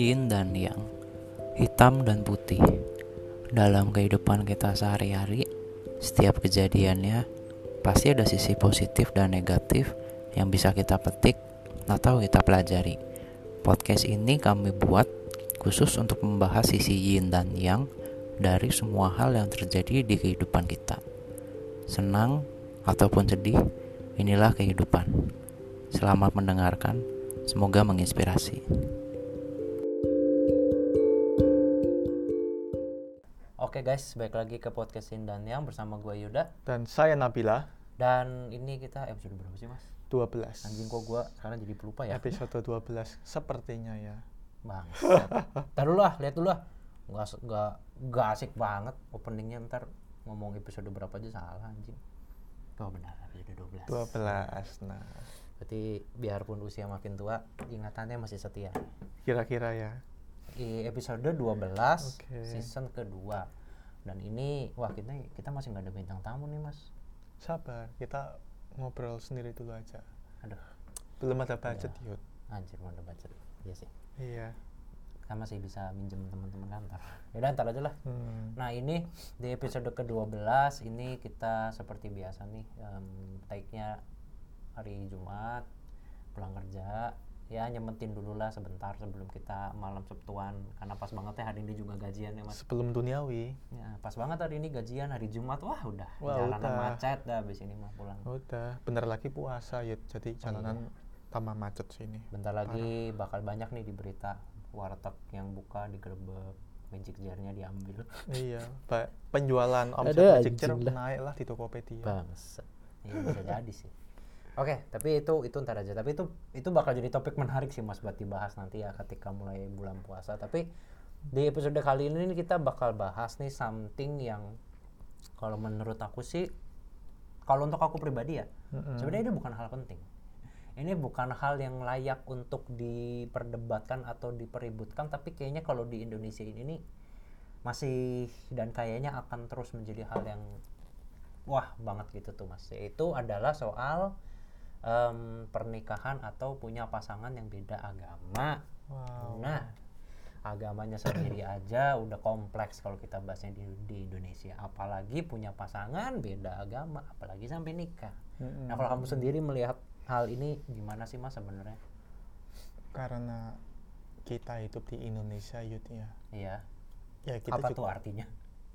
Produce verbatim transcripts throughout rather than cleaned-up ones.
Yin dan Yang, hitam dan putih. Dalam kehidupan kita sehari-hari, setiap kejadiannya pasti ada sisi positif dan negatif yang bisa kita petik atau kita pelajari. Podcast ini kami buat khusus untuk membahas sisi Yin dan Yang dari semua hal yang terjadi di kehidupan kita. Senang ataupun sedih, inilah kehidupan. Selamat mendengarkan, semoga menginspirasi. Oke guys, balik lagi ke podcast Yin dan Yang bersama gue Yuda. Dan saya Nabila. Dan ini kita episode berapa sih mas? dua belas. Anjing kok gue sekarang jadi pelupa ya. Episode dua belas sepertinya ya. Bangsat. Ntar dulu lah, lihat dulu lah. Gak, gak, gak asik banget openingnya, ntar ngomong episode berapa aja salah anjing. Oh benar, episode dua belas. dua belas, nah. Berarti biarpun usia makin tua, ingatannya masih setia. Kira-kira ya. Di episode dua belas, okay. Season kedua. Dan ini, wah kita, kita masih gak ada bintang tamu nih mas. Sabar, kita ngobrol sendiri dulu aja. Aduh. Belum ada budget, ya. Yud. Anjir, belum ada budget. Iya sih. Iya. Kita masih bisa minjem teman-teman kantor. Yaudah, ntar aja lah. Hmm. Nah ini di episode ke dua belas ini kita seperti biasa nih um, take-nya hari Jumat pulang kerja, ya nyementin dulu lah sebentar sebelum kita malam Sabtuan, karena pas banget ya hari ini juga gajian ya mas. Sebelum duniawi. Ya pas banget hari ini gajian, hari Jumat, wah udah wah, jalanan udah. macet dah abis ini mah pulang. Udah, bentar lagi puasa Yud, jadi jalanan oh, iya. tambah macet sini. Bentar lagi parah. Bakal banyak nih di berita warteg yang buka digerebek, magic jar-nya diambil. Iya, ba- penjualan omset magic jar naik lah di Tokopedia. Bangsa. Iya bisa jadi sih. Oke, tapi itu itu ntar aja. Tapi itu itu bakal jadi topik menarik sih mas buat dibahas nanti ya ketika mulai bulan puasa. Tapi di episode kali ini kita bakal bahas nih something yang kalau menurut aku sih, kalau untuk aku pribadi ya, mm-hmm. sebenarnya ini bukan hal penting. Ini bukan hal yang layak untuk diperdebatkan atau dipeributkan, tapi kayaknya kalau di Indonesia ini masih dan kayaknya akan terus menjadi hal yang wah banget gitu tuh mas. Itu adalah soal um, pernikahan atau punya pasangan yang beda agama. Wow. Nah, agamanya sendiri aja udah kompleks kalau kita bahasnya di, di Indonesia. Apalagi punya pasangan beda agama, apalagi sampai nikah. Mm-hmm. Nah kalau kamu sendiri melihat hal ini gimana sih mas sebenarnya? Karena kita hidup di Indonesia Yud ya. Iya. Ya kita apa juga, tuh artinya?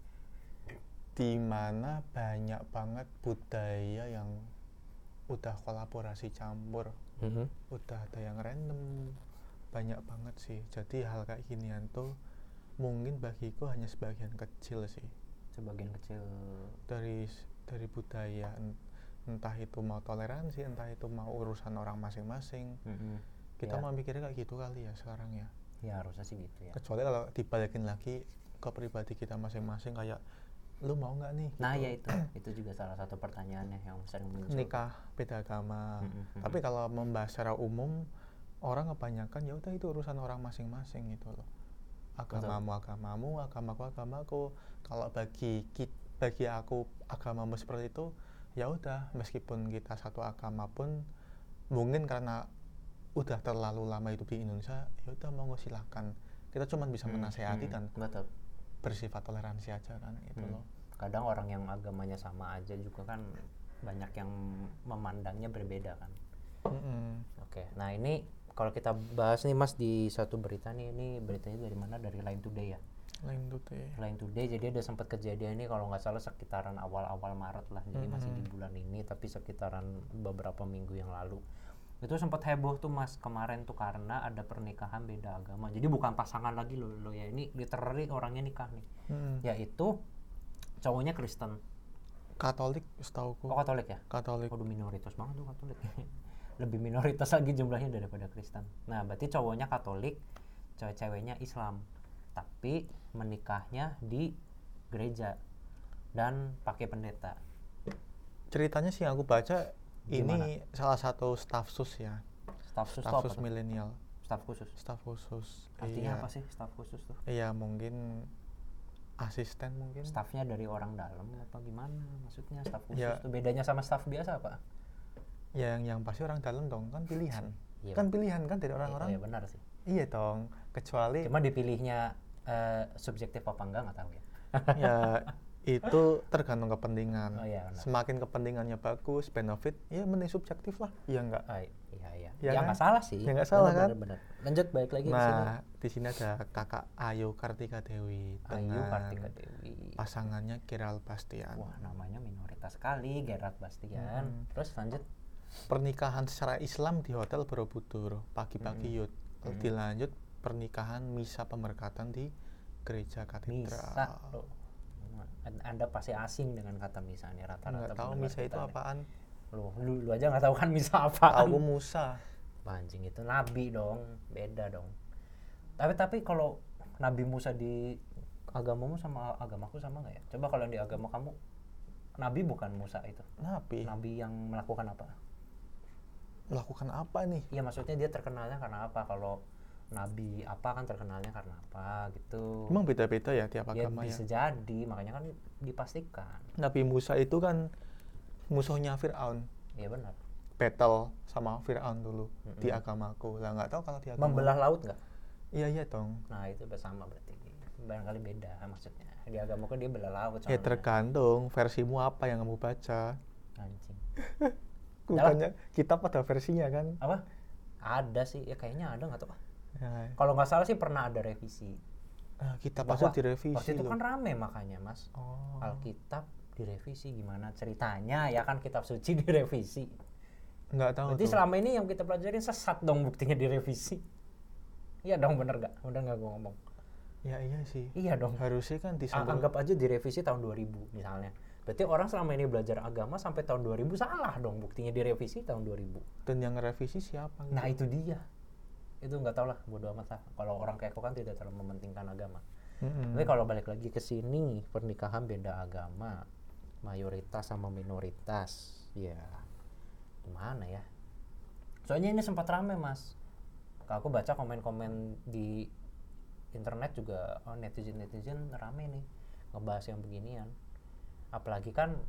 Di mana banyak banget budaya yang udah kolaborasi campur, mm-hmm. udah ada yang random, banyak banget sih. Jadi hal kayak ginian tuh mungkin bagiku hanya sebagian kecil sih. Sebagian kecil dari dari budaya. Entah itu mau toleransi, entah itu mau urusan orang masing-masing. Mm-hmm. Kita ya. Mau mikirnya kayak gitu kali ya sekarang ya. Ya harusnya sih gitu ya. Kecuali kalau dibalikin lagi ke pribadi kita masing-masing, kayak lu mau nggak nih? Nah gitu. ya itu, itu juga salah satu pertanyaannya yang sering muncul. Nikah beda agama. Mm-hmm. Tapi kalau membahas secara umum, orang kebanyakan ya udah itu urusan orang masing-masing gitu loh. Agamamu agamamu, agamaku agamaku. Kalau bagi bagi aku agamamu seperti itu, ya udah, meskipun kita satu agama pun mungkin karena udah terlalu lama hidup di Indonesia, ya udah mau silahkan. Kita cuma bisa hmm, menasehati hmm, dan betul. Bersifat toleransi aja kan itu hmm. loh. Kadang orang yang agamanya sama aja juga kan banyak yang memandangnya berbeda kan. Hmm. Oke, nah ini kalau kita bahas nih mas di satu berita nih, ini beritanya dari mana? Dari Line Today ya? Line Today. Line Today, jadi ada sempat kejadian ini kalau nggak salah sekitaran awal-awal Maret lah, jadi mm-hmm. masih di bulan ini, tapi sekitaran beberapa minggu yang lalu itu sempat heboh tuh mas kemarin tuh karena ada pernikahan beda agama. Jadi bukan pasangan lagi loh, loh ya, ini literally orangnya nikah nih, mm-hmm. yaitu cowoknya Kristen, Katolik setauku. Oh Katolik ya? Katolik. Waduh minoritas banget tuh Katolik. Lebih minoritas lagi jumlahnya daripada Kristen. Nah berarti cowoknya Katolik, cewek-ceweknya Islam, tapi menikahnya di gereja dan pakai pendeta. Ceritanya sih yang aku baca gimana? Ini salah satu staf sus ya. Staf sus, staf sus milenial. Staf khusus. Staf khusus. Artinya iya. apa sih staf khusus tuh? Iya mungkin asisten mungkin. Stafnya dari orang dalam apa gimana? Maksudnya staf khusus ya. Tuh bedanya sama staf biasa apa? Yang yang pasti orang dalam dong, kan pilihan. Iya, kan pilihan kan dari orang-orang. Iya benar sih. Iya dong, kecuali Cuma dipilihnya eh, subjektif apa enggak nggak tahu ya. ya itu tergantung kepentingan. Oh iya, benar. Semakin kepentingannya bagus, benefit, ya mending subjektif lah. Iya enggak? Oh, iya iya. Ya Ya kan? nggak salah sih. Ya nggak salah Benar, kan? benar, benar. Lanjut balik lagi di sini. Nah, di sini ada kakak Ayu Kartika Dewi Ayu dengan Kartika Dewi. pasangannya Gerald Bastian. Wah, namanya minoritas sekali, Gerard Bastian. Hmm. Terus lanjut. Pernikahan secara Islam di Hotel Borobudur pagi-pagi yud. Mm-mm. Dilanjut pernikahan misa pemberkatan di gereja katedral. Misa. Loh. Anda pasti asing dengan kata misa nih rata-rata. Nggak tahu pendengar misa kita itu nih. apaan. Loh, lu, lu aja nggak tahu kan misa apaan. Tahu Musa. Anjing itu nabi dong, beda dong. Tapi tapi kalau Nabi Musa di agamamu sama agamaku sama nggak ya? Coba kalau di agama kamu nabi bukan Musa itu. Nabi. Nabi yang melakukan apa? Melakukan apa nih? Iya maksudnya dia terkenalnya karena apa? Kalau nabi apa kan terkenalnya karena apa gitu. Emang beda-beda ya tiap Ya agama ya. bisa jadi, makanya kan dipastikan. Nabi Musa itu kan musuhnya Fir'aun. Iya benar. Battle sama Fir'aun dulu Mm-mm. di agamaku. Lah nggak tahu kalau di agama. Membelah laut nggak? Iya iya dong. Nah itu bersama berarti. Barangkali beda maksudnya. Di agamaku dia belah laut Ya soalnya. tergantung versimu apa yang kamu baca. Anjing. Bukannya kita pada versinya kan. Apa? Ada sih, ya kayaknya ada nggak tahu. Ya, Kalau nggak salah sih pernah ada revisi. nah, kita Bahwa pasti direvisi waktu itu loh. kan rame makanya mas. Oh. Alkitab direvisi gimana ceritanya ya kan kitab suci direvisi. Nggak tahu Berarti tuh. selama ini yang kita pelajarin sesat dong buktinya direvisi. Iya dong bener gak? Bener gak gue ngomong? Ya iya sih. Iya dong. Harusnya kan A- disambung. Anggap aja direvisi tahun dua ribu misalnya. Berarti orang selama ini belajar agama sampai tahun dua ribu salah dong buktinya direvisi tahun dua ribu. Dan yang ngerevisi siapa gitu? Nah itu dia. Itu nggak tau lah bodo amat lah. Kalau orang kayak aku kan tidak terlalu mementingkan agama. Mm-mm. Tapi kalau balik lagi ke sini pernikahan beda agama, mayoritas sama minoritas, ya gimana ya? Soalnya ini sempat rame mas. Kalau aku baca komen-komen di internet juga oh, netizen netizen rame nih ngebahas yang beginian. Apalagi kan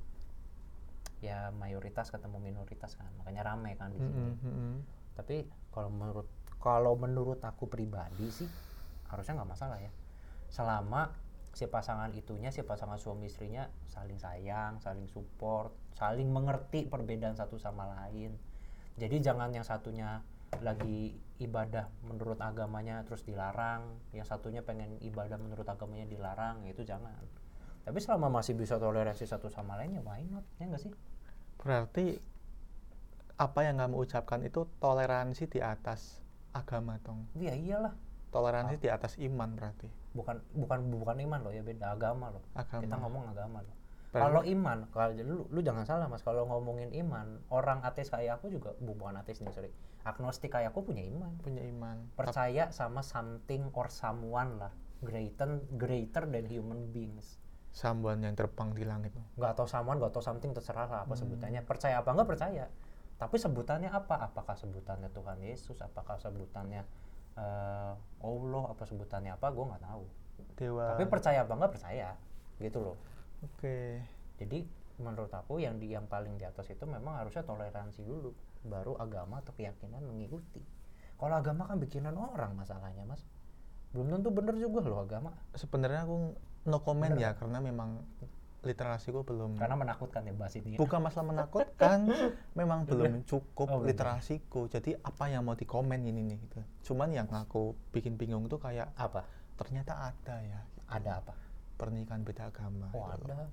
ya mayoritas ketemu minoritas kan, makanya rame kan di sini. Mm-mm, mm-mm. Tapi kalau menurut kalau menurut aku pribadi sih harusnya nggak masalah ya, selama si pasangan itunya si pasangan suami istrinya saling sayang, saling support, saling mengerti perbedaan satu sama lain. Jadi jangan yang satunya lagi ibadah menurut agamanya terus dilarang, yang satunya pengen ibadah menurut agamanya dilarang, itu jangan. Tapi selama masih bisa toleransi satu sama lain ya why not, ya nggak sih? Berarti apa yang kamu ucapkan itu toleransi di atas agama dong. Iya iyalah. Toleransi di atas iman berarti. Bukan bukan bukan iman loh ya, beda agama loh. Agama. Kita ngomong agama loh. Berarti- Kalau iman, kalau lu, lu jangan salah mas, kalau ngomongin iman, orang ateis kayak aku juga bu- bukan ateis nih sorry, agnostik kayak aku punya iman, punya iman. percaya sama something or someone lah, greater greater than human beings. Sambuan yang terbang di langit. Nggak tahu someone, nggak tahu something, terserah lah apa Hmm. sebutannya. Percaya apa nggak percaya, tapi sebutannya apa? Apakah sebutannya Tuhan Yesus? Apakah sebutannya eh, Allah? Apa sebutannya apa? Gue nggak tahu. Dewa. Tapi percaya apa nggak percaya, gitu loh. Oke. Jadi menurut aku yang di yang paling di atas itu memang harusnya toleransi dulu, baru agama atau keyakinan mengikuti. Kalau agama kan bikinan orang masalahnya mas, belum tentu bener juga loh agama. Sebenarnya aku no comment Bener ya karena memang literasiku belum. Karena menakutkan ya bahas ini. Bukan masalah menakutkan, memang belum cukup Oh, belum. literasiku. Jadi apa yang mau dikomen ini nih gitu. Cuman yang aku bikin bingung tuh kayak Apa? ternyata ada ya. Ada apa? Pernikahan beda agama. Oh gitu loh. ada.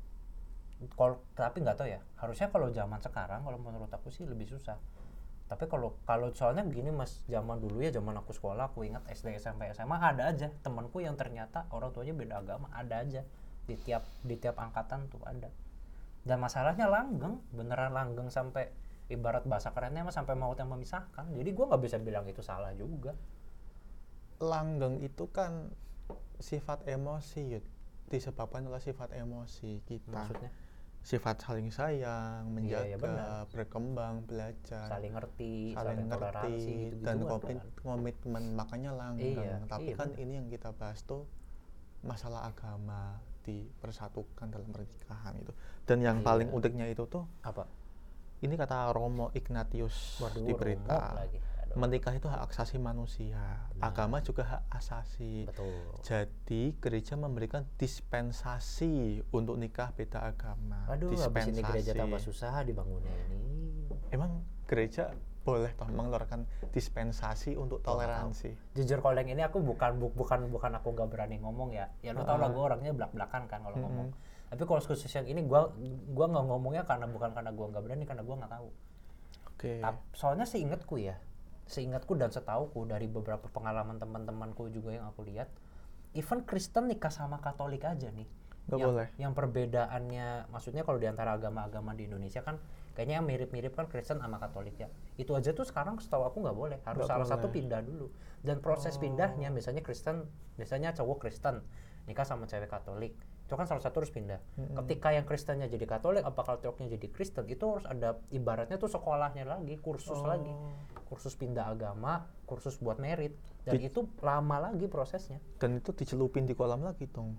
Kalau tapi nggak tahu ya. Harusnya kalau zaman sekarang, kalau menurut aku sih lebih susah. Tapi kalau kalau soalnya begini mas, zaman dulu ya zaman aku sekolah, aku ingat S D, S M P, S M A ada aja temanku yang ternyata orang tuanya beda agama, ada aja di tiap di tiap angkatan tuh ada. Dan masalahnya langgeng, beneran langgeng sampai ibarat bahasa kerennya mas sampai maut yang memisahkan. Jadi gua nggak bisa bilang itu salah juga. Langgeng itu kan sifat emosi, Yud. Disebabkan oleh sifat emosi kita. Maksudnya Sifat saling sayang, menjaga, Iya, iya, benar. berkembang, belajar, saling ngerti, saling ngerti, toleransi, gitu-gitu dan kan. komit, komitmen, makanya langgeng. Iya, Tapi iya, kan benar. ini yang kita bahas tuh masalah agama dipersatukan dalam pernikahan itu. Dan yang Iya. paling uniknya itu tuh Apa? ini kata Romo Ignatius Waduh, di berita. Romo lagi. Aduh. menikah itu hak asasi manusia, Nah. agama juga hak asasi. Betul. Jadi gereja memberikan dispensasi untuk nikah beda agama. Aduh, habis ini gereja tambah susah dibangunnya ini. Emang gereja boleh toh mengeluarkan dispensasi untuk toleransi? Jujur kalau yang ini aku bukan bu, bukan bukan aku nggak berani ngomong ya. Ya lu uh. tau lah gue orangnya belak-belakan kan kalau mm-hmm. ngomong. Tapi kalau khusus yang ini gue gue nggak ngomongnya karena bukan karena gue nggak berani, karena gue nggak tahu. Oke. Okay. Soalnya seingatku ya, seingatku dan setauku dari beberapa pengalaman teman-temanku juga yang aku lihat, even Kristen nikah sama Katolik aja nih. Nggak yang, boleh. Yang perbedaannya, maksudnya kalau di antara agama-agama di Indonesia kan kayaknya yang mirip-mirip kan Kristen sama Katolik ya. Itu aja tuh sekarang setahu aku nggak boleh, harus nggak salah boleh. satu pindah dulu. Dan proses oh. pindahnya, misalnya Kristen, biasanya cowok Kristen nikah sama cewek Katolik, itu kan salah satu harus pindah. Mm-hmm. Ketika yang Kristennya jadi Katolik, apa Katoliknya jadi Kristen, itu harus ada ibaratnya tuh sekolahnya lagi, kursus oh. lagi, kursus pindah agama, kursus buat merit, dan di, itu lama lagi prosesnya. Dan itu dicelupin di kolam lagi dong.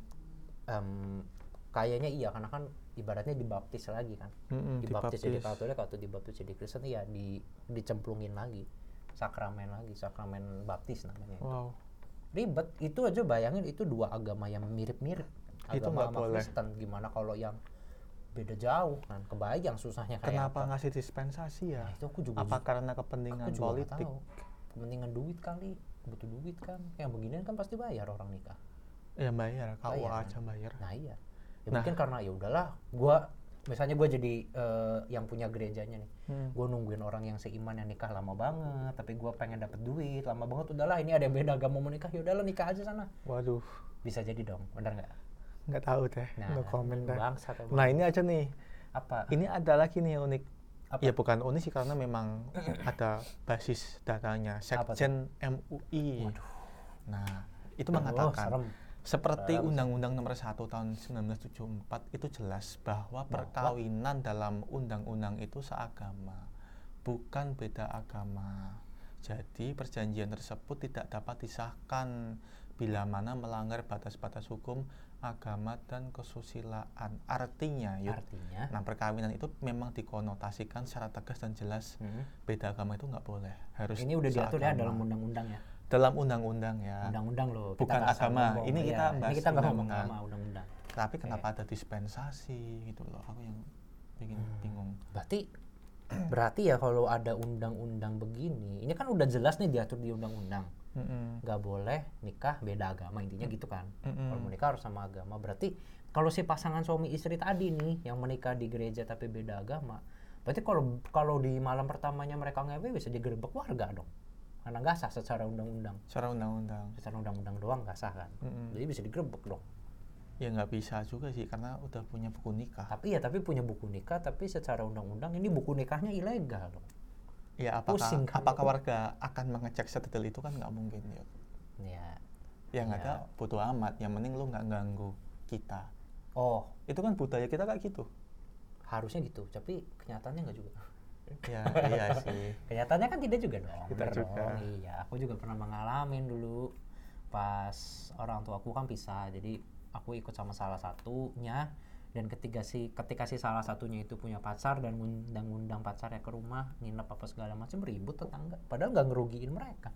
Um, kayaknya iya, karena kan ibaratnya dibaptis lagi kan, mm-hmm, dibaptis, dibaptis jadi Katolik atau dibaptis jadi Kristen, iya di dicemplungin lagi, sakramen lagi, sakramen baptis namanya. Wow. Ribet, itu aja bayangin itu dua agama yang mirip-mirip, agama sama Kristen, gimana kalau yang beda jauh kan, kebayang susahnya kayak kenapa apa. Ngasih dispensasi ya? Nah, itu aku juga apa juga, karena kepentingan aku juga politik? Tahu. Kepentingan duit kali, butuh duit kan, yang beginian kan pasti bayar orang nikah. Ya bayar, K U A kan? aja bayar. Nah iya, ya nah. mungkin karena ya udahlah, gua misalnya gue jadi uh, yang punya gerejanya nih, hmm. gue nungguin orang yang seiman yang nikah lama banget, tapi gue pengen dapet duit lama banget, udahlah ini ada yang beda agama mau nikah, ya udahlah nikah aja sana. Waduh. Bisa jadi dong, benar nggak? Nggak tahu deh, nah, no comment deh. Bangsa, nah ini aja nih. Apa? Ini ada lagi nih yang unik. Apa? Ya bukan unik sih karena memang ada basis datanya, Sekjen M U I. Waduh. Nah itu mengatakan. Oh, seperti Undang-Undang Nomor satu Tahun sembilan belas tujuh puluh empat itu jelas bahwa perkawinan dalam undang-undang itu seagama, bukan beda agama. Jadi perjanjian tersebut tidak dapat disahkan bila mana melanggar batas-batas hukum, agama dan kesusilaan. Artinya, yuk, Artinya, nah perkawinan itu memang dikonotasikan secara tegas dan jelas. Hmm. Beda agama itu nggak boleh. Harus. Ini udah diatur ya dalam undang-undang ya. Dalam undang-undang ya. Undang-undang loh. Bukan agama. Ini kita ya, bahas ini kita undang-undang. Agama, undang-undang. Tapi kenapa okay. ada dispensasi gitu loh? Aku yang bikin hmm. bingung. Berarti berarti ya kalau ada undang-undang begini, ini kan udah jelas nih diatur di undang-undang. Mm-hmm. Gak boleh nikah beda agama, intinya gitu kan. Mm-hmm. Kalau mau nikah harus sama agama. Berarti kalau si pasangan suami istri tadi nih yang menikah di gereja tapi beda agama, berarti kalau kalau di malam pertamanya mereka ngewe bisa digerebek warga dong. Karena nggak sah secara undang-undang. Secara undang-undang. Secara undang-undang doang nggak sah kan. Mm-hmm. Jadi bisa digerebek dong. Ya nggak bisa juga sih karena udah punya buku nikah. Tapi ya tapi punya buku nikah, tapi secara undang-undang ini buku nikahnya ilegal dong. Ya apakah Pusing, kan apakah itu? Warga akan mengecek sedetail itu kan nggak mungkin ya. Ya. Ya nggak ya. Ada bodo amat. Yang penting lu nggak ganggu kita. Oh. Itu kan budaya kita kayak gitu. Harusnya gitu. Tapi kenyataannya nggak juga. Ya iya sih. Kenyataannya kan tidak juga dong. Kita juga. Dong. Iya, aku juga pernah mengalami dulu pas orang tua aku kan pisah, jadi aku ikut sama salah satunya, dan ketika si ketika si salah satunya itu punya pacar dan ngundang-undang pacarnya ke rumah nginep apa segala macam, ribut tetangga, padahal nggak ngerugiin mereka.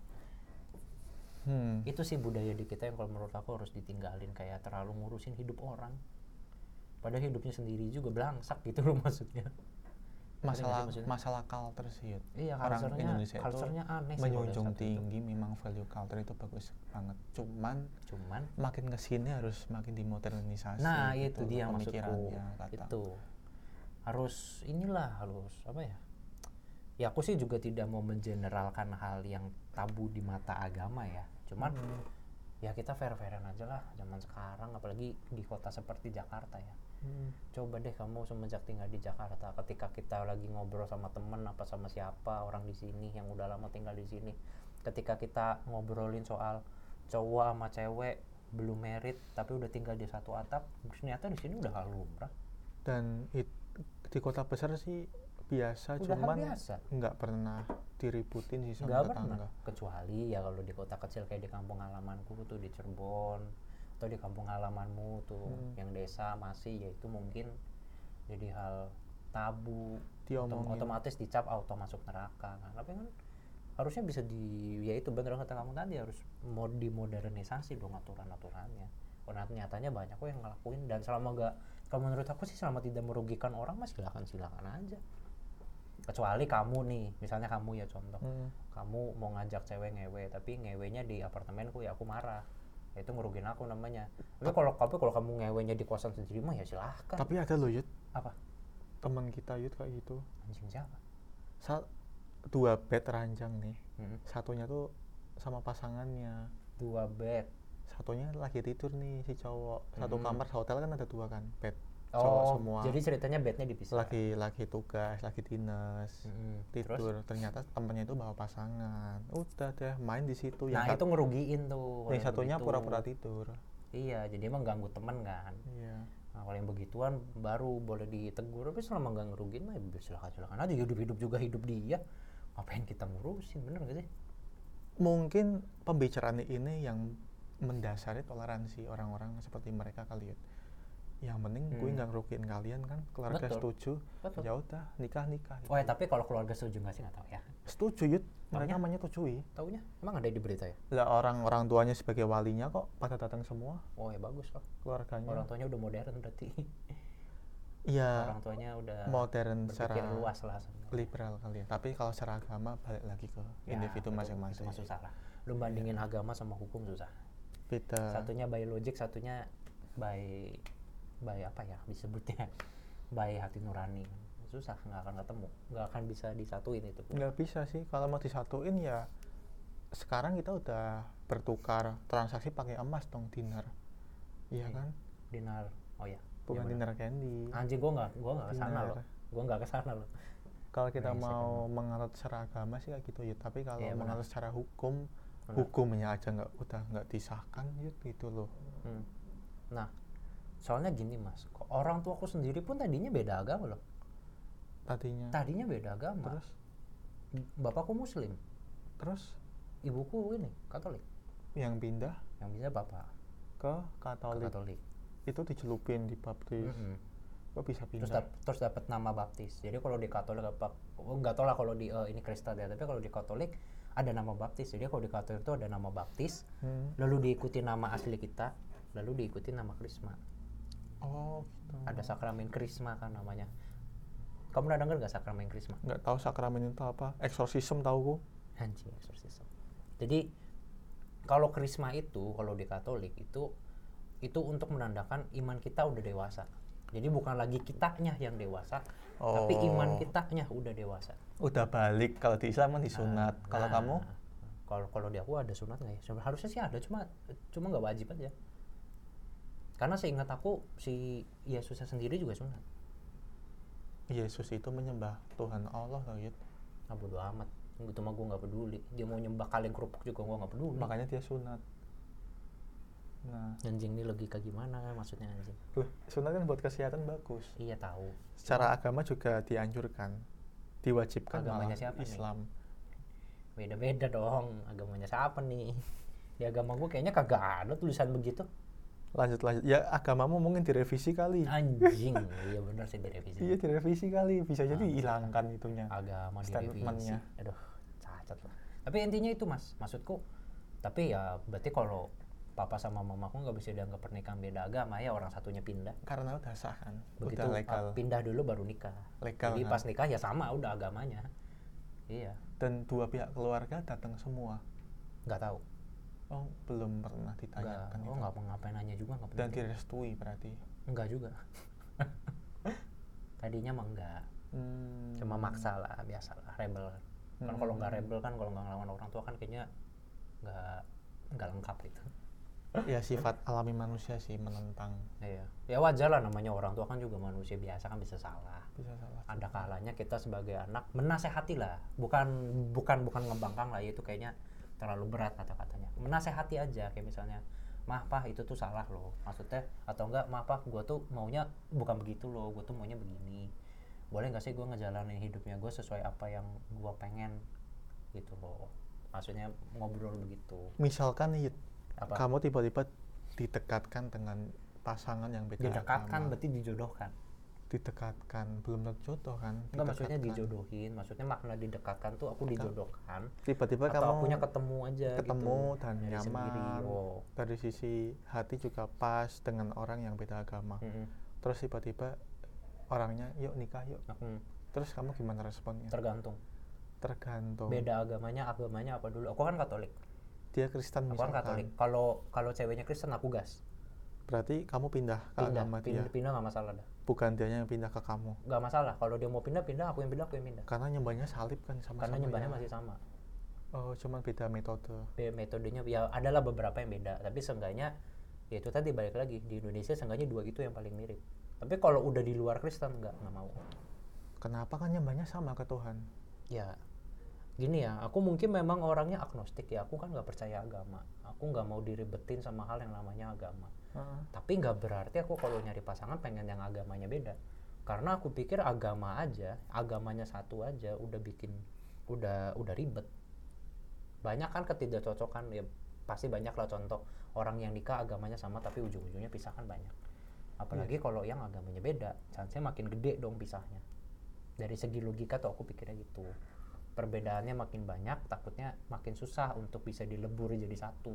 Hmm. Itu sih budaya di kita yang kalau menurut aku harus ditinggalin, kayak terlalu ngurusin hidup orang, padahal hidupnya sendiri juga belangsak gitu loh maksudnya. Masalah masalah culture sih. Iya, orang Indonesia itu aneh menjunjung tinggi itu. Memang value culture itu bagus banget. Cuman cuman makin kesini harus makin dimodernisasi. Nah, gitu, itu dia maksudku. Kata. Itu harus inilah harus apa ya? Ya aku sih juga tidak mau mengeneralkan hal yang tabu di mata agama ya. Cuman hmm. ya kita fair-fairan aja lah zaman sekarang, apalagi di kota seperti Jakarta ya. Hmm. Coba deh kamu semenjak tinggal di Jakarta, ketika kita lagi ngobrol sama temen apa sama siapa orang di sini yang udah lama tinggal di sini, ketika kita ngobrolin soal cowok sama cewek belum married tapi udah tinggal di satu atap, ternyata di sini udah hal lumrah. Dan it, di kota besar sih biasa, udah cuman biasa. Nggak pernah diributin sih sama nggak tetangga. Pernah. Kecuali ya kalau di kota kecil kayak di kampung halamanku tuh di Cirebon atau di kampung halamanmu tuh hmm. yang desa masih, ya itu mungkin jadi hal tabu, Otom- otomatis dicap auto masuk neraka kan. Tapi kan harusnya bisa di ya itu bener kata kamu tadi, harus mau dimodernisasi dong aturan-aturannya. Karena nyatanya banyak kok yang ngelakuin, dan selama gak, kalau menurut aku sih selama tidak merugikan orang mas silakan silakan aja. Kecuali kamu nih, misalnya kamu ya contoh, hmm. kamu mau ngajak cewek ngewe tapi ngewenya di apartemenku, ya aku marah, ya itu ngerugin aku namanya. Tapi kalau tapi kalau kamu ngewenya di kosan sendiri mah ya silahkan. Tapi ada loh Yud, apa teman kita Yud kayak gitu. Anjing siapa? Sa- dua bed ranjang nih, hmm. satunya tuh sama pasangannya. Dua bed, satunya lagi tidur nih si cowok, satu hmm. kamar hotel kan ada dua kan bed. Oh, semua. Jadi ceritanya bednya dipisah. Lagi lagi tugas, lagi dinas, hmm. tidur. Terus? Ternyata temennya itu bawa pasangan. Udah deh main di situ. Nah ya, itu ngerugiin tuh. Yang satunya begitu. Pura-pura tidur. Iya, jadi emang ganggu temen kan. Iya. Nah, kalau yang begituan baru boleh ditegur. Tapi selama nggak ngerugiin mah silakan silakan aja. Hidup-hidup juga hidup dia. Ngapain kita ngurusin, bener gak sih? Mungkin pembicaraan ini yang mendasari toleransi orang-orang seperti mereka kali ya. Yang penting hmm. gue nggak ngerugiin kalian kan, keluarga betul. Setuju, ya udah nikah nikah. Gitu. Oh ya tapi kalau keluarga setuju nggak sih nggak tahu ya. Setuju Yud, mereka menyetujui. Taunya emang ada di berita ya? Lah orang-orang tuanya sebagai walinya kok pada datang semua. Oh ya bagus lah. Keluarganya. Orang tuanya udah modern berarti. Iya. Orang tuanya udah modern secara luas lah. Liberal kali ya. Tapi kalau secara agama balik lagi ke ya, individu masing-masing. Itu susah lah. Lu bandingin ya. Agama sama hukum susah. Beda. Satunya by logic, satunya by by apa ya disebutnya, by hati nurani. Susah, nggak akan ketemu, nggak akan bisa disatuin itu. Nggak bisa sih, kalau mau disatuin ya sekarang kita udah bertukar transaksi pakai emas dong, dinar. Iya kan? Dinar, oh ya. Bukan ya dinar candy. Anjing, gua nggak, gua nggak kesana loh. Gua nggak kesana loh. Kalau kita nah, mau menganut secara agama sih kayak gitu ya, tapi kalau ya, menganut secara hukum, benar. Hukumnya aja nggak udah nggak disahkan ya, gitu loh. Hmm. Nah. Soalnya gini mas, orang tua aku sendiri pun tadinya beda agama loh. Tadinya? Tadinya beda agama. Terus? Bapakku muslim. Terus? Ibuku ini, Katolik. Yang pindah? Yang pindah bapak. Ke Katolik? Ke Katolik. Itu dicelupin di baptis. Mm-hmm. Kok bisa pindah? Terus, dap- terus dapat nama baptis. Jadi kalau di Katolik apa, oh, nggak tahu lah kalau di uh, ini Kristen ya, tapi kalau di Katolik ada nama baptis. Jadi kalau di Katolik itu ada nama baptis, hmm. lalu diikuti nama asli kita, lalu diikuti nama krisma. Oh gitu. Ada sakramen krisma kan namanya. Kamu udah denger gak sakramen krisma? Nggak tahu sakramen itu apa. Eksorsisme tahu ku. Anjing, eksorsisme. Jadi kalau krisma itu kalau di Katolik itu itu untuk menandakan iman kita udah dewasa. Jadi bukan lagi kitanya yang dewasa, oh. tapi iman kitanya udah dewasa. Udah balik. Kalau di Islam kan disunat. Nah, kalau nah, kamu? Kalau kalau di aku ada sunat nggak ya? Harusnya sih ada, cuma cuma nggak wajib aja. Karena seingat aku si Yesusnya sendiri juga sunat. Yesus itu menyembah Tuhan Allah loh Yud. Ah bodo amat, itu mah gue nggak peduli. Dia mau nyembah kaleng kerupuk juga gue nggak peduli. Makanya dia sunat. Nah, anjing ini logika gimana maksudnya anjing? Loh, sunat kan buat kesehatan bagus. Iya tahu. Secara agama juga dianjurkan, diwajibkan. Agamanya siapa Islam. Nih? Beda-beda dong. Agamanya siapa nih? Di agama gue kayaknya kagak ada tulisan begitu. Lanjut lanjut ya, agamamu mungkin direvisi kali. Anjing. Iya benar sih direvisi. Iya direvisi kali, bisa jadi hilangkan itunya. Agama direvisi. Aduh, cacat lah. Tapi intinya itu mas, maksudku. Tapi ya berarti kalau papa sama mamaku nggak bisa dianggap pernikahan beda agama ya, orang satunya pindah. Karena udah sah kan. Begitu udah legal. Pindah dulu baru nikah. Legal. Jadi kan? pas nikah ya sama udah agamanya. Iya. Dan dua pihak keluarga datang semua. Nggak tahu. Oh, belum pernah ditanyakan. Enggak, oh nggak ngapain nanya juga nggak penting. Dan direstui berarti? Enggak juga. Tadinya mah enggak. Hmm. Cuma maksa lah, biasa lah, rebel. Kan hmm. kalau nggak rebel kan, kalau nggak ngelawan orang tua kan kayaknya nggak nggak lengkap gitu. Ya sifat alami manusia sih menentang. Iya. Ya wajar lah, namanya orang tua kan juga manusia biasa kan, bisa salah. Bisa salah. Ada kalanya kita sebagai anak menasehati lah, bukan bukan bukan ngebangkang lah, itu kayaknya terlalu berat kata-katanya. Menasehati aja, kayak misalnya, "Mah, Pah, itu tuh salah loh." Maksudnya, atau enggak, "Mah, Pah, gue tuh maunya bukan begitu loh, gue tuh maunya begini. Boleh nggak sih gue ngejalanin hidupnya gue sesuai apa yang gue pengen?" Gitu loh. Maksudnya ngobrol begitu. Misalkan nih, apa? Kamu tiba-tiba didekatkan dengan pasangan yang beda didekatkan agama. Berarti dijodohkan. didekatkan, belum tentu jodoh kan? Enggak, maksudnya Didekatkan. dijodohin, maksudnya makna didekatkan tuh aku dijodohkan Tiba-tiba atau kamu akunya ketemu aja ketemu gitu dan dari sendiri. nyaman, Oh. dari sisi hati juga pas dengan orang yang beda agama. Mm-mm. Terus tiba-tiba orangnya yuk nikah yuk. Aku Terus kamu gimana responnya? tergantung Tergantung. beda agamanya agamanya apa dulu. Aku kan Katolik, Dia Kristen aku kan misalkan. Katolik. Kalau kalau ceweknya Kristen aku gas. Berarti kamu pindah ke Pindah, agama pindah, dia. pindah nggak masalah dah. Bukan dia yang pindah ke kamu. Nggak masalah. Kalau dia mau pindah pindah, aku yang pindah aku yang pindah. Karena nyembahnya salib kan sama-sama. Karena nyembahnya ya. masih sama. Oh, cuman beda metode. Be- Metodenya ya adalah beberapa yang beda, tapi seenggaknya ya itu tadi balik lagi di Indonesia seenggaknya dua itu yang paling mirip. Tapi kalau udah di luar Kristen nggak nggak mau. Kenapa kan nyembahnya sama ke Tuhan? Ya gini ya, aku mungkin memang orangnya agnostik ya, aku kan nggak percaya agama, aku nggak mau diribetin sama hal yang namanya agama. Uh-huh. Tapi nggak berarti aku kalau nyari pasangan pengen yang agamanya beda, karena aku pikir agama aja, agamanya satu aja udah bikin udah udah ribet. Banyak kan ketidakcocokan ya, pasti banyak lah contoh orang yang nikah agamanya sama tapi ujung-ujungnya pisah kan banyak. Apalagi kalau yang agamanya beda, chance-nya makin gede dong pisahnya. Dari segi logika tuh aku pikirnya gitu. Perbedaannya makin banyak, takutnya makin susah untuk bisa dilebur jadi satu.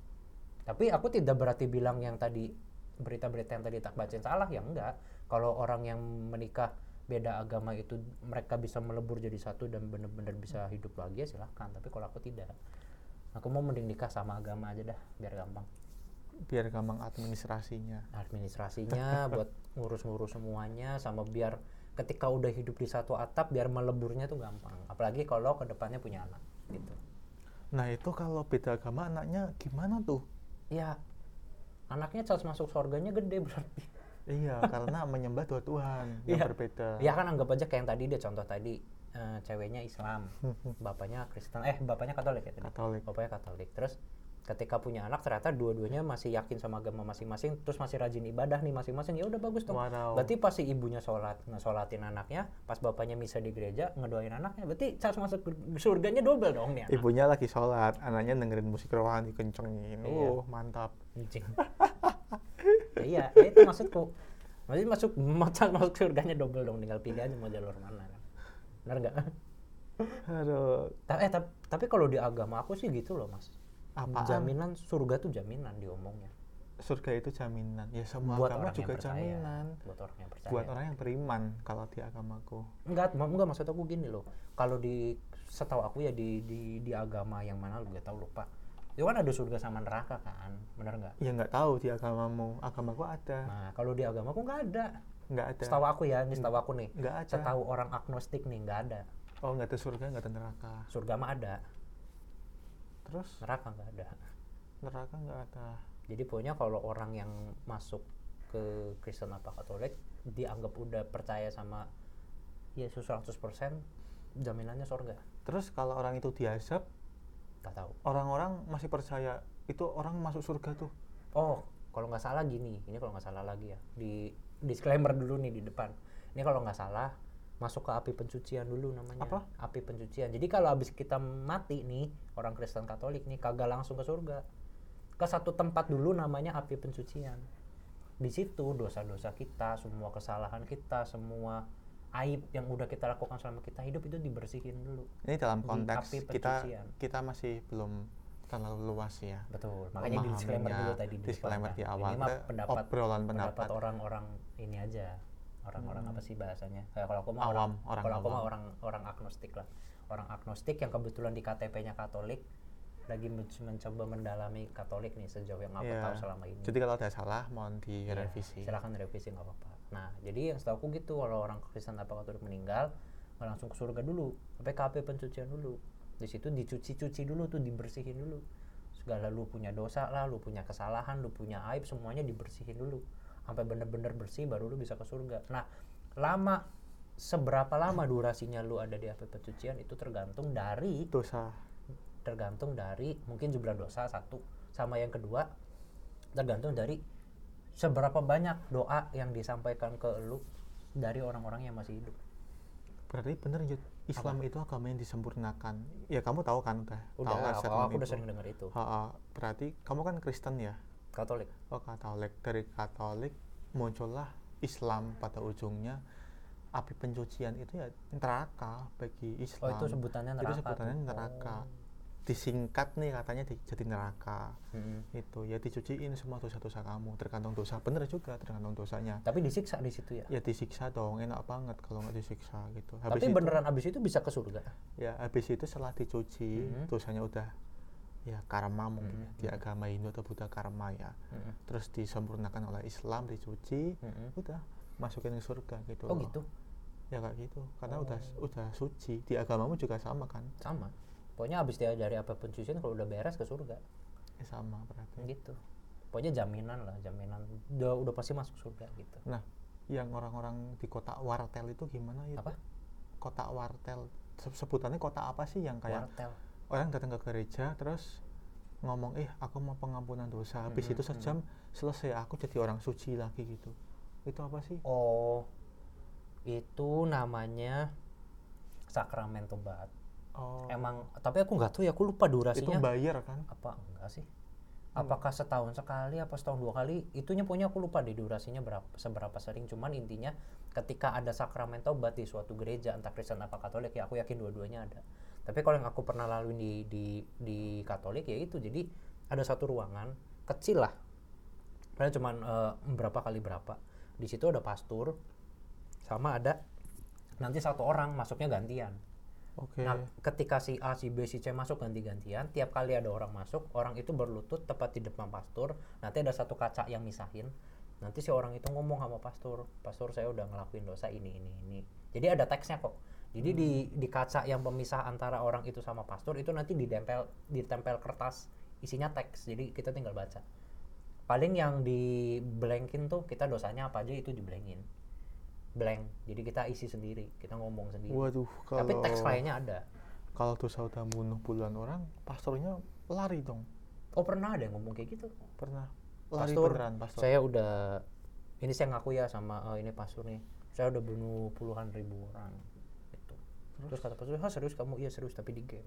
Tapi aku tidak berarti bilang yang tadi berita-berita yang tadi tak bacain salah, ya enggak. Kalau orang yang menikah beda agama itu mereka bisa melebur jadi satu dan benar-benar bisa hidup bahagia, silahkan. Tapi kalau aku tidak, aku mau mending nikah sama agama aja dah, biar gampang. Biar gampang administrasinya. Administrasinya buat ngurus-ngurus semuanya, sama biar ketika udah hidup di satu atap biar meleburnya tuh gampang. Apalagi kalau kedepannya punya anak gitu. Nah itu kalau beda agama anaknya gimana tuh? Ya anaknya chance masuk surganya gede berarti. Iya, karena menyembah dua Tuhan yang Iya. berbeda. Ya kan anggap aja kayak yang tadi dia contoh tadi, eh, ceweknya Islam, bapaknya Kristen, eh bapaknya Katolik ya tadi. Katolik. Bapaknya Katolik. Terus ketika punya anak ternyata dua-duanya masih yakin sama agama masing-masing, terus masih rajin ibadah nih masing-masing, ya udah bagus dong. Wow. Berarti pas si ibunya sholat, ngesolatin anaknya, pas bapaknya misa di gereja ngedoain anaknya, berarti chance masuk surganya double dong nih anak. Ibunya lagi sholat, anaknya dengerin musik rohani kencengin. Iya. Oh mantap. Anjing. Ya, iya, ya itu maksudku. Maksudnya masuk chance masuk surganya double dong, tinggal pilih aja mau jalur mana kan. Benar nggak? Aduh. Ta- eh tapi, tapi kalau di agama aku sih gitu loh mas. Apaan? Jaminan surga tuh jaminan diomongnya. Surga itu jaminan. Ya semua Buat agama orang juga yang percaya. jaminan. Buat orang yang percaya. Buat orang yang beriman kalau di agamaku. Enggak, ma- enggak maksud aku gini loh. Kalau di setahu aku ya di di di agama yang mana lu gak tahu lupa. Itu kan ada surga sama neraka kan, benar nggak? Ya nggak tahu di agamamu. Agamaku ada. Nah kalau di agamaku nggak ada. Nggak ada. Setahu aku ya, ini setahu aku nih. Nggak ada. Setahu orang agnostik nih nggak ada. Oh nggak ada surga, nggak ada neraka. Surga mah ada, Terus neraka nggak ada. neraka nggak ada. Jadi pokoknya kalau orang yang masuk ke Kristen apa Katolik dianggap udah percaya sama Yesus seratus persen, jaminannya surga. Terus kalau orang itu diazab, Tak tahu. orang-orang masih percaya itu orang masuk surga tuh. Oh, kalau nggak salah gini, ini kalau nggak salah lagi ya, di disclaimer dulu nih di depan. Ini kalau nggak salah masuk ke api pencucian dulu namanya. Apa? Api pencucian. Jadi kalau habis kita mati nih, orang Kristen Katolik nih kagak langsung ke surga. Ke satu tempat dulu namanya api pencucian. Di situ dosa-dosa kita, semua kesalahan kita, semua aib yang udah kita lakukan selama kita hidup itu dibersihin dulu. Ini dalam Di konteks api kita pencucian. kita masih belum terlalu luas ya. Betul. Makanya di disclaimer Memahaminya. dulu tadi di Disclaimer depan. di awal. Ini mah Kita pendapat obrolan pendapat pendapat. orang-orang ini aja. Orang-orang Hmm. apa sih bahasanya? Kayak kalau aku mah Awam, orang, orang kalau aku mah awam. orang orang agnostik lah. Orang agnostik yang kebetulan di K T P-nya Katolik, lagi men- mencoba mendalami Katolik nih sejauh yang aku Iya. tahu selama ini. Jadi kalau ada salah mohon Iya, direvisi. silakan revisi nggak apa-apa. Nah, jadi yang setahu aku gitu, kalau orang Kristen apa Katolik meninggal, nggak langsung ke surga dulu, sampai ke api pencucian dulu. Di situ dicuci-cuci dulu tuh, dibersihin dulu. Segala lu punya dosa lah, lu punya kesalahan, lu punya aib, semuanya dibersihin dulu. Sampai bener-bener bersih baru lu bisa ke surga. Nah, lama seberapa lama durasinya lu ada di api pencucian itu tergantung dari Dosa. tergantung dari mungkin jumlah dosa satu, sama yang kedua tergantung dari seberapa banyak doa yang disampaikan ke lu dari orang-orang yang masih hidup. Berarti bener Yud, Islam itu agama yang disempurnakan. Ya kamu tahu kan udah. Udah, tahu aku, statement aku udah itu. sering dengar itu. Ha-ha. Berarti kamu kan Kristen ya? Katolik. Oh Katolik. Dari Katolik muncullah Islam pada ujungnya api pencucian itu ya neraka bagi Islam. Oh itu sebutannya neraka. Itu sebutannya tuh. neraka. Oh. Disingkat nih katanya di, jadi neraka. Mm-hmm. Itu ya dicuciin semua dosa-dosa kamu, tergantung dosa. Bener juga tergantung dosanya. Tapi disiksa di situ ya. Ya disiksa dong, enak banget kalau nggak disiksa gitu. Habis Tapi itu, beneran abis itu bisa ke surga. ya habis itu setelah dicuci, Mm-hmm. dosanya udah ya karma mungkin Mm-hmm. ya. Di agama Hindu atau Buddha karma ya. Mm-hmm. Terus disempurnakan oleh Islam, dicuci, Mm-hmm. udah masukin ke surga gitu. Oh loh. gitu. Ya kayak gitu, karena Oh. udah udah suci. Di agamamu juga sama kan? Sama. Pokoknya abis dia dari apa pencucian kalau udah beres ke surga. Ya sama berarti. Gitu. Pokoknya jaminan lah, jaminan. Udah udah pasti masuk surga gitu. Nah, yang orang-orang di kota wartel itu gimana itu? Apa? Kota wartel. Se- Sebutannya kota apa sih yang kayak Wartel. orang datang ke gereja terus ngomong, eh aku mau pengampunan dosa. Habis Mm-mm, itu sejam selesai, aku jadi orang suci lagi gitu. Itu apa sih? Oh. Itu namanya sakramen tobat. Oh, Emang tapi aku nggak tahu ya, aku lupa itu durasinya. bayar kan? Apa enggak sih? Apakah setahun sekali apa setahun dua kali? Itunya punya aku lupa deh durasinya berapa seberapa sering. Cuman intinya ketika ada sakramen tobat di suatu gereja entah Kristen apa Katolik ya aku yakin dua-duanya ada. Tapi kalau yang aku pernah lalui di di di Katolik ya itu jadi ada satu ruangan kecil lah. Padahal cuman uh, berapa kali berapa. Di situ ada pastor sama ada nanti satu orang masuknya gantian. Oke. Nah, ketika si A, si B, si C masuk ganti-gantian, tiap kali ada orang masuk, orang itu berlutut tepat di depan pastor. Nanti ada satu kaca yang misahin. Nanti si orang itu ngomong sama pastor, pastor saya udah ngelakuin dosa ini, ini, ini. Jadi ada teksnya kok. Jadi hmm. di di kaca yang pemisah antara orang itu sama pastor itu nanti ditempel ditempel kertas isinya teks. Jadi kita tinggal baca. Paling yang di blankin tuh kita dosanya apa aja itu di blankin. Blank, jadi kita isi sendiri, kita ngomong sendiri. Waduh, kalau tapi teks lainnya ada. Kalau dosa udah bunuh puluhan orang, pastornya lari dong. Oh pernah ada yang ngomong kayak gitu? Pernah. Lari Pastor, beneran pastor. saya udah, ini saya ngaku ya sama uh, ini pastor nih, saya udah bunuh puluhan ribu orang. Gitu. Terus, Terus kata pastor, ah serius kamu? Iya serius tapi di game.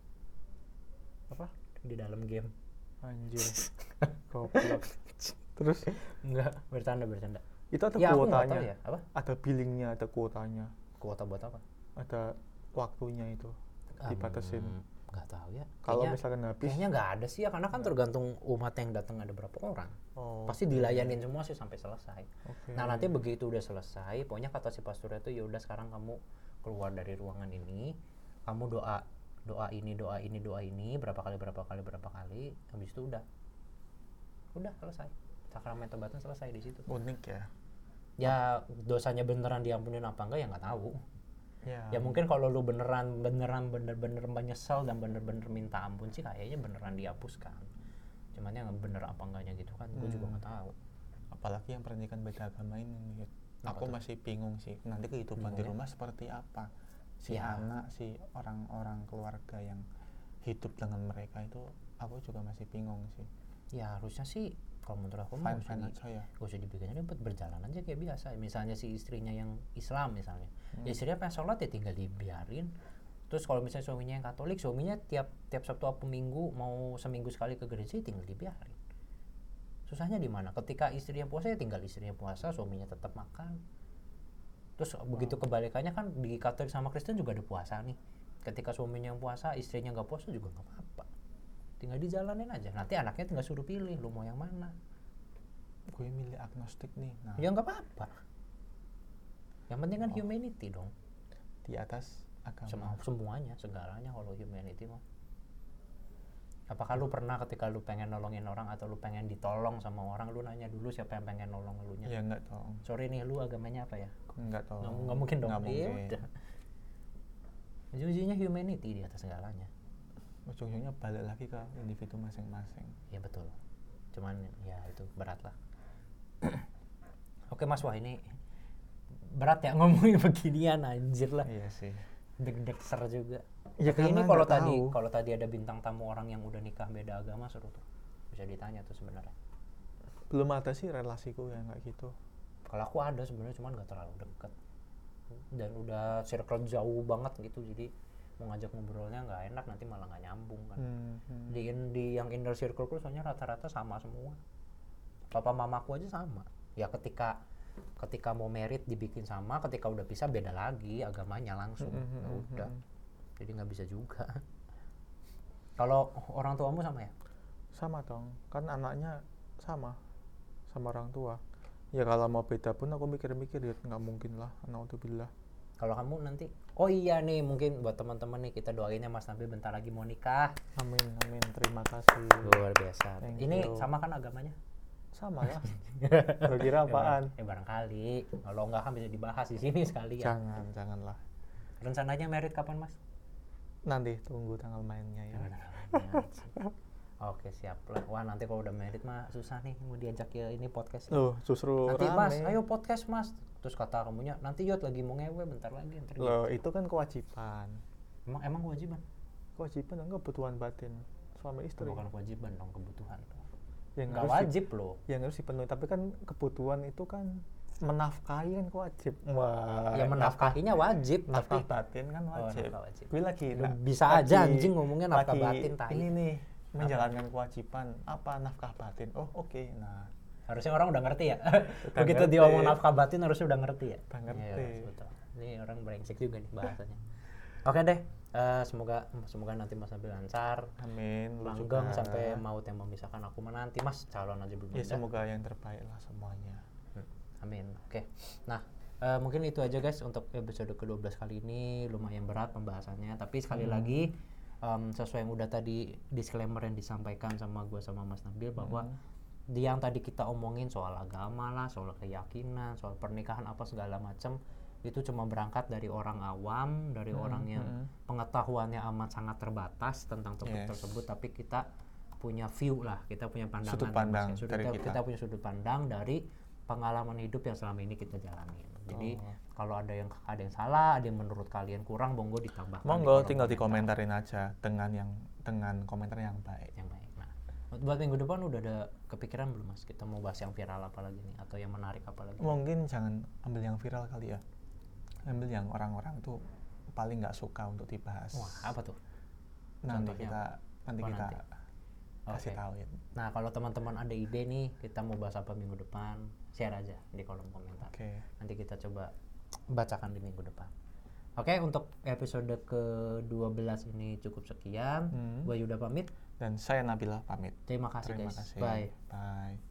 Apa? Di dalam game. Anjir. Goblok. Terus? Enggak, bercanda bercanda. Itu ada ya, kuotanya, ya. Apa? Ada billingnya, ada kuotanya. Kuota buat apa? Ada waktunya itu dibatasin. Um, nggak tahu ya. Kalau Kayaknya- misalkan habis, Kayaknya nggak ada sih ya, karena kan tergantung umat yang datang ada berapa orang. oh, Pasti dilayanin semua sih sampai selesai. oke. Nah nanti begitu udah selesai, pokoknya kata si pastor itu ya udah sekarang kamu keluar dari ruangan ini, kamu doa doa ini doa ini doa ini berapa kali berapa kali berapa kali, habis itu udah udah selesai. Sakramen tobatnya selesai di situ. Unik ya. Ya dosanya beneran diampunin apa enggak ya nggak tahu. Ya. Ya mungkin kalau lu beneran beneran bener-bener menyesal dan bener-bener minta ampun sih kayaknya beneran dihapuskan. Cuman yang bener apa enggaknya gitu kan, gue juga Hmm. nggak tahu. Apalagi yang pernikahan beda agama ini. Yud. Apa Aku tuh? masih bingung sih. Nanti kehidupan Bingung di ya? rumah seperti apa? Si Ya. anak, si orang-orang keluarga yang hidup dengan mereka itu, aku juga masih bingung sih. Ya harusnya sih kalau menurut aku mah Fine fine harusnya di- aja ya. gak usah dibikin ribet, berjalan aja kayak biasa. Misalnya si istrinya yang Islam misalnya, Hmm. ya istrinya pengen sholat ya tinggal dibiarin. Terus kalau misalnya suaminya yang Katolik, suaminya tiap tiap Sabtu atau Minggu mau seminggu sekali ke gereja, ya tinggal dibiarin. Susahnya di mana? Ketika istrinya puasa ya tinggal istrinya puasa, suaminya tetap makan. Terus begitu kebalikannya kan di Katolik sama Kristen juga ada puasa nih. Ketika suaminya yang puasa, istrinya nggak puasa juga nggak apa-apa. Tinggal dijalanin aja. Nanti anaknya tinggal suruh pilih, lu mau yang mana? Gue milih agnostik nih. Nah, Ya nggak apa-apa. Yang penting kan humanity dong. di atas agama. Semua semuanya, segalanya kalau humanity mah. Apakah lu pernah ketika lu pengen nolongin orang atau lu pengen ditolong sama orang, lu nanya dulu siapa yang pengen nolong elunya? Ya enggak dong. Sorry nih, lu agamanya apa ya? Enggak dong. Nggak, nggak mungkin dong. Nggak Iya, mungkin. udah. Ujung-ujungnya humanity di atas segalanya. Ujung-ujungnya balik lagi ke individu masing-masing. Ya betul. Cuman ya itu berat lah. Oke Mas, wah ini berat ya ngomongin beginian, anjir lah. Iya sih. Deg-deg ser juga. Ya, Tapi ini karena kalau nggak tadi tahu. kalau tadi ada bintang tamu orang yang udah nikah beda agama seru tuh. Bisa ditanya tuh sebenarnya. Belum ada sih relasiku yang kayak gitu. Kalau aku ada sebenarnya cuman nggak terlalu deket. Dan udah circle jauh banget gitu, jadi mau ngajak ngobrolnya nggak enak, nanti malah nggak nyambung kan. Hmm, hmm. Di in- di yang inner circle ku soalnya rata-rata sama semua. Papa mamaku aja sama. Ya ketika ketika mau merit dibikin sama, ketika udah pisah beda lagi agamanya langsung. Mm-hmm. Ya udah. Jadi nggak bisa juga. Kalau orang tuamu sama ya? Sama dong, kan anaknya sama sama orang tua. Ya kalau mau beda pun aku mikir-mikir ya nggak mungkin lah, naudzubillah. Kalau kamu nanti, oh iya nih mungkin buat teman-teman nih kita doainnya Mas Nabil bentar lagi mau nikah. Amin amin, terima kasih. Luar biasa. Thank Ini you. sama kan agamanya? Sama lah. Lo kira apaan? Ya barangkali. Kalau enggak kan bisa dibahas di sini sekali ya. Jangan, janganlah. Rencananya merit kapan Mas? Nanti tunggu tanggal mainnya ya. Oke siap lah. Wah nanti kalau udah merit mah susah nih mau diajak ya ini podcast. Loh justru Nanti rame. Mas, ayo podcast Mas. Terus kata kamunya nanti Yot lagi mau ngewe bentar lagi. Bentar Loh itu kan kewajiban. Emang emang kewajiban? Kewajiban enggak kebutuhan batin suami istri. Bukan kewajiban dong, kebutuhan. Yang nggak wajib di, loh. Yang harus dipenuhi. Tapi kan kebutuhan itu kan menafkahi kan wajib. Wah. Ya menafkahinya wajib. Nafkah tapi batin kan wajib. Oh, wajib. Gue lagi nah, bisa lagi, aja anjing ngomongnya nafkah lagi, batin tai. Ini nih menjalankan kewajiban apa nafkah batin. Oh oke. Okay. Nah harusnya orang udah ngerti ya. Udah Begitu ngerti. dia ngomong nafkah batin harusnya udah ngerti ya. Udah ngerti. Ya, betul. Ini orang brengsek juga nih bahasanya. Oke deh. Uh, semoga semoga nanti Mas Nabil lancar. Amin. Langgeng sampai maut yang memisahkan aku menanti Mas calon aja belum ya, ada. semoga yang terbaik lah semuanya. Hmm, amin. Oke. Nah, uh, mungkin itu aja guys untuk episode kedua belas kali ini. Lumayan berat pembahasannya, tapi sekali hmm. lagi um, sesuai yang udah tadi disclaimer yang disampaikan sama gue sama Mas Nabil bahwa hmm. di yang tadi kita omongin soal agama lah, soal keyakinan, soal pernikahan apa segala macam itu cuma berangkat dari orang awam, dari hmm, orang yang hmm. pengetahuannya amat sangat terbatas tentang topik yes. tersebut, tapi kita punya view lah, kita punya pandangan, sudut pandang sudut, dari kita. kita. kita punya sudut pandang dari pengalaman hidup yang selama ini kita jalani. Jadi oh. kalau ada yang ada yang salah, ada yang menurut kalian kurang, monggo ditambahkan. Monggo di tinggal dikomentarin aja dengan yang dengan komentar yang baik. Yang baik. Nah, buat minggu depan udah ada kepikiran belum Mas? Kita mau bahas yang viral apa lagi nih atau yang menarik apa lagi? Mungkin jangan ambil yang viral kali ya. Ambil yang orang-orang tuh paling nggak suka untuk dibahas. Wah, apa tuh? Nanti Contohnya kita apa? nanti oh, kita nanti. kasih okay. tahu ya. Nah, kalau teman-teman ada ide nih, kita mau bahas apa minggu depan, share aja di kolom komentar. Okay. Nanti kita coba bacakan di minggu depan. Oke, okay, untuk episode ke dua belas ini cukup sekian. Hmm. Gue Yuda pamit dan saya Nabila pamit. Terima kasih Terima guys. Kasih. Bye. Bye.